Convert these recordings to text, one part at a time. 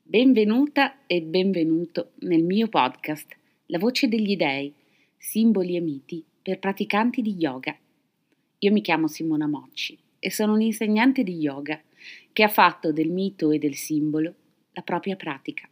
Benvenuta e benvenuto nel mio podcast, La voce degli dei, simboli e miti per praticanti di yoga. Io mi chiamo Simona Mocci e sono un'insegnante di yoga che ha fatto del mito e del simbolo la propria pratica.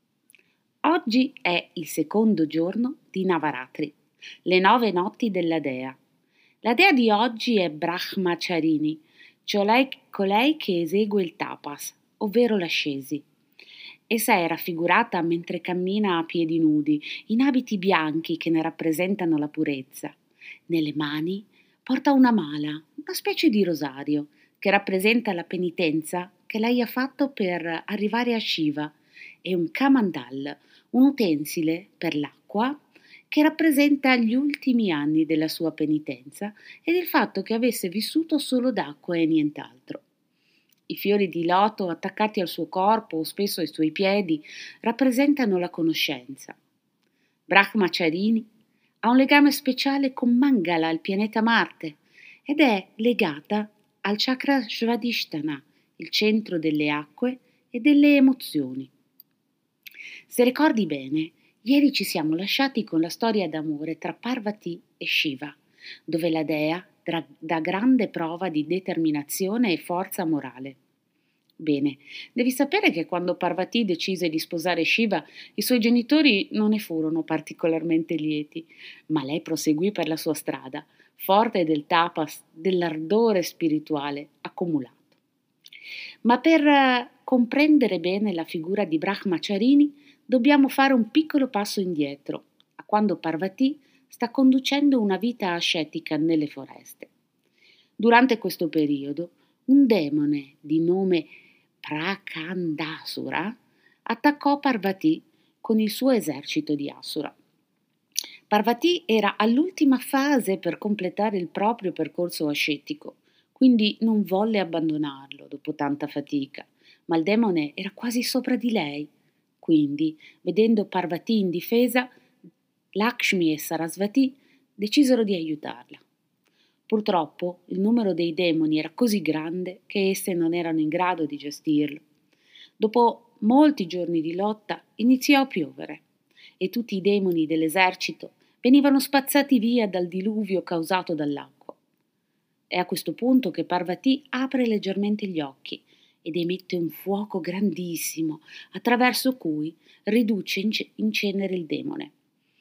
Oggi è il secondo giorno di Navaratri, le 9 notti della dea. La dea di oggi è Brahmacharini, cioè colei che esegue il tapas, ovvero l'ascesi. Essa è raffigurata mentre cammina a piedi nudi, in abiti bianchi che ne rappresentano la purezza. Nelle mani porta una mala, una specie di rosario, che rappresenta la penitenza che lei ha fatto per arrivare a Shiva, e un kamandal, un utensile per l'acqua che rappresenta gli ultimi anni della sua penitenza ed il fatto che avesse vissuto solo d'acqua e nient'altro. I fiori di loto attaccati al suo corpo o spesso ai suoi piedi rappresentano la conoscenza. Brahmacharini ha un legame speciale con Mangala, il pianeta Marte, ed è legata al chakra Svadhisthana, il centro delle acque e delle emozioni. Se ricordi bene, ieri ci siamo lasciati con la storia d'amore tra Parvati e Shiva, dove la dea dà grande prova di determinazione e forza morale. Bene, devi sapere che quando Parvati decise di sposare Shiva, i suoi genitori non ne furono particolarmente lieti, ma lei proseguì per la sua strada, forte del tapas, dell'ardore spirituale accumulato. Ma per comprendere bene la figura di Brahmacharini dobbiamo fare un piccolo passo indietro, a quando Parvati sta conducendo una vita ascetica nelle foreste. Durante questo periodo, un demone di nome Prakandasura attaccò Parvati con il suo esercito di Asura. Parvati era all'ultima fase per completare il proprio percorso ascetico, quindi non volle abbandonarlo dopo tanta fatica, ma il demone era quasi sopra di lei. Quindi, vedendo Parvati in difesa, Lakshmi e Sarasvati decisero di aiutarla. Purtroppo il numero dei demoni era così grande che esse non erano in grado di gestirlo. Dopo molti giorni di lotta iniziò a piovere e tutti i demoni dell'esercito venivano spazzati via dal diluvio causato dall'acqua. È a questo punto che Parvati apre leggermente gli occhi ed emette un fuoco grandissimo attraverso cui riduce in cenere il demone.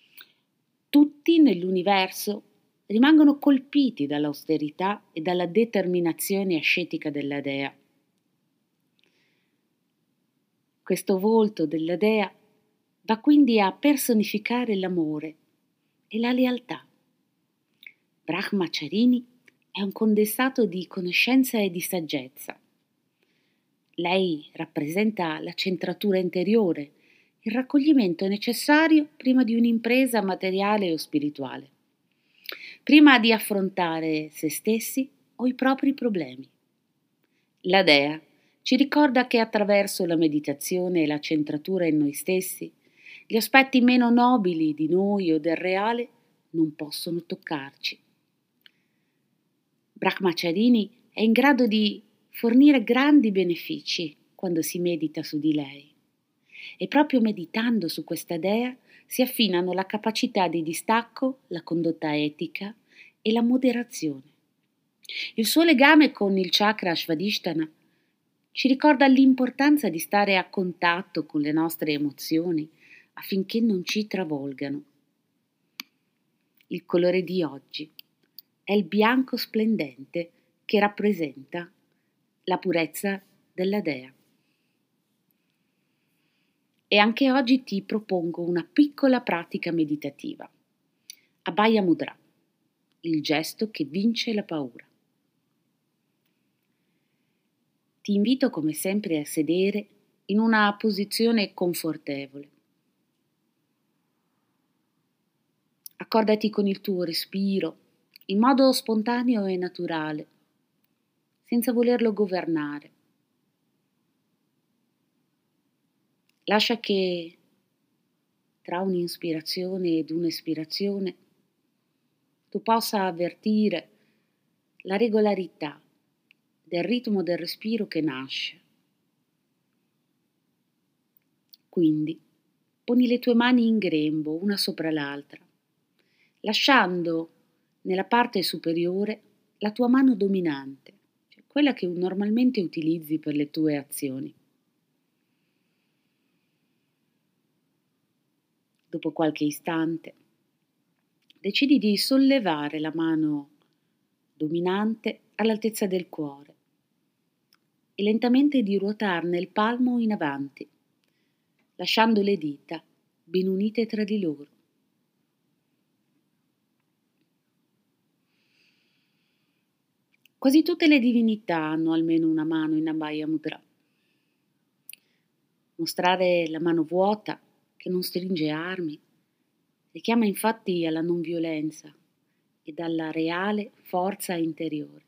Tutti nell'universo rimangono colpiti dall'austerità e dalla determinazione ascetica della dea. Questo volto della dea va quindi a personificare l'amore e la lealtà. Brahmacharini è un condensato di conoscenza e di saggezza. Lei rappresenta la centratura interiore, il raccoglimento necessario prima di un'impresa materiale o spirituale, prima di affrontare se stessi o i propri problemi. La dea ci ricorda che attraverso la meditazione e la centratura in noi stessi, gli aspetti meno nobili di noi o del reale non possono toccarci. Brahmacharini è in grado di fornire grandi benefici quando si medita su di lei. E proprio meditando su questa dea si affinano la capacità di distacco, la condotta etica e la moderazione. Il suo legame con il chakra Svadhisthana ci ricorda l'importanza di stare a contatto con le nostre emozioni affinché non ci travolgano. Il colore di oggi è il bianco splendente che rappresenta la purezza della dea. E anche oggi ti propongo una piccola pratica meditativa. Abhaya Mudra, il gesto che vince la paura. Ti invito come sempre a sedere in una posizione confortevole. Accordati con il tuo respiro in modo spontaneo e naturale, senza volerlo governare. Lascia che tra un'ispirazione ed un'espirazione tu possa avvertire la regolarità del ritmo del respiro che nasce Quindi poni le tue mani in grembo, una sopra l'altra, lasciando nella parte superiore la tua mano dominante, cioè quella che normalmente utilizzi per le tue azioni. Dopo qualche istante, decidi di sollevare la mano dominante all'altezza del cuore e lentamente di ruotarne il palmo in avanti, lasciando le dita ben unite tra di loro. Quasi tutte le divinità hanno almeno una mano in Abhaya Mudra. Mostrare la mano vuota, che non stringe armi, richiama infatti alla non violenza ed alla reale forza interiore.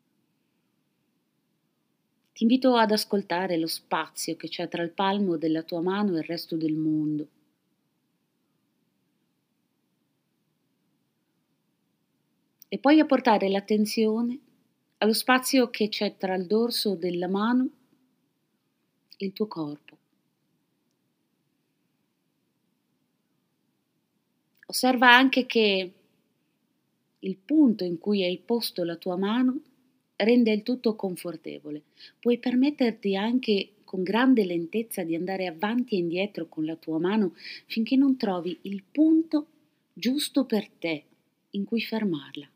Ti invito ad ascoltare lo spazio che c'è tra il palmo della tua mano e il resto del mondo. E poi a portare l'attenzione allo spazio che c'è tra il dorso della mano e il tuo corpo. Osserva anche che il punto in cui hai posto la tua mano rende il tutto confortevole. Puoi permetterti anche con grande lentezza di andare avanti e indietro con la tua mano finché non trovi il punto giusto per te in cui fermarla.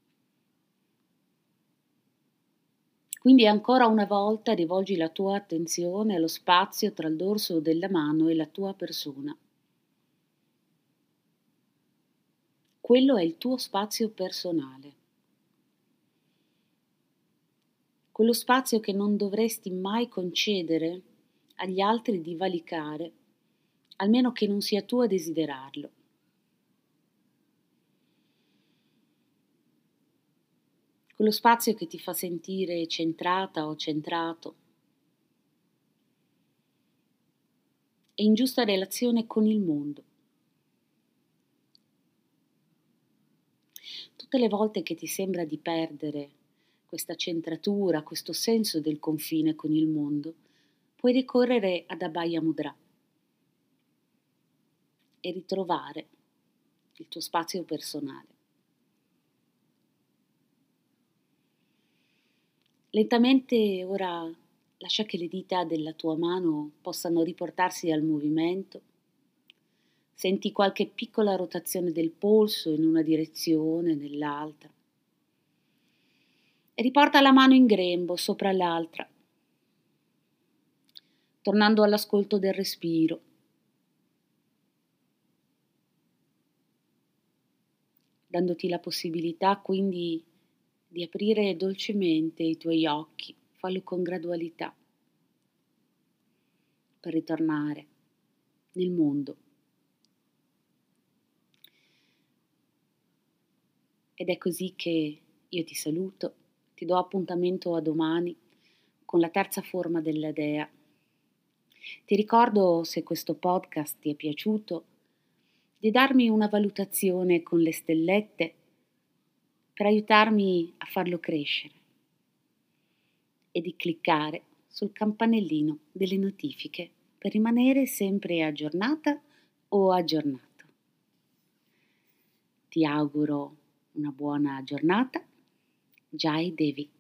Quindi ancora una volta rivolgi la tua attenzione allo spazio tra il dorso della mano e la tua persona. Quello è il tuo spazio personale. Quello spazio che non dovresti mai concedere agli altri di valicare, almeno che non sia tu a desiderarlo. Quello spazio che ti fa sentire centrata o centrato e in giusta relazione con il mondo. Tutte le volte che ti sembra di perdere questa centratura, questo senso del confine con il mondo, puoi ricorrere ad Abhaya Mudra e ritrovare il tuo spazio personale. Lentamente ora lascia che le dita della tua mano possano riportarsi al movimento. Senti qualche piccola rotazione del polso in una direzione, nell'altra. E riporta la mano in grembo sopra l'altra, tornando all'ascolto del respiro. Dandoti la possibilità quindi di aprire dolcemente i tuoi occhi, fallo con gradualità, per ritornare nel mondo. Ed è così che io ti saluto, ti do appuntamento a domani con la terza forma della Dea. Ti ricordo, se questo podcast ti è piaciuto, di darmi una valutazione con le stellette per aiutarmi a farlo crescere e di cliccare sul campanellino delle notifiche per rimanere sempre aggiornata o aggiornato. Ti auguro una buona giornata. Jai Devi.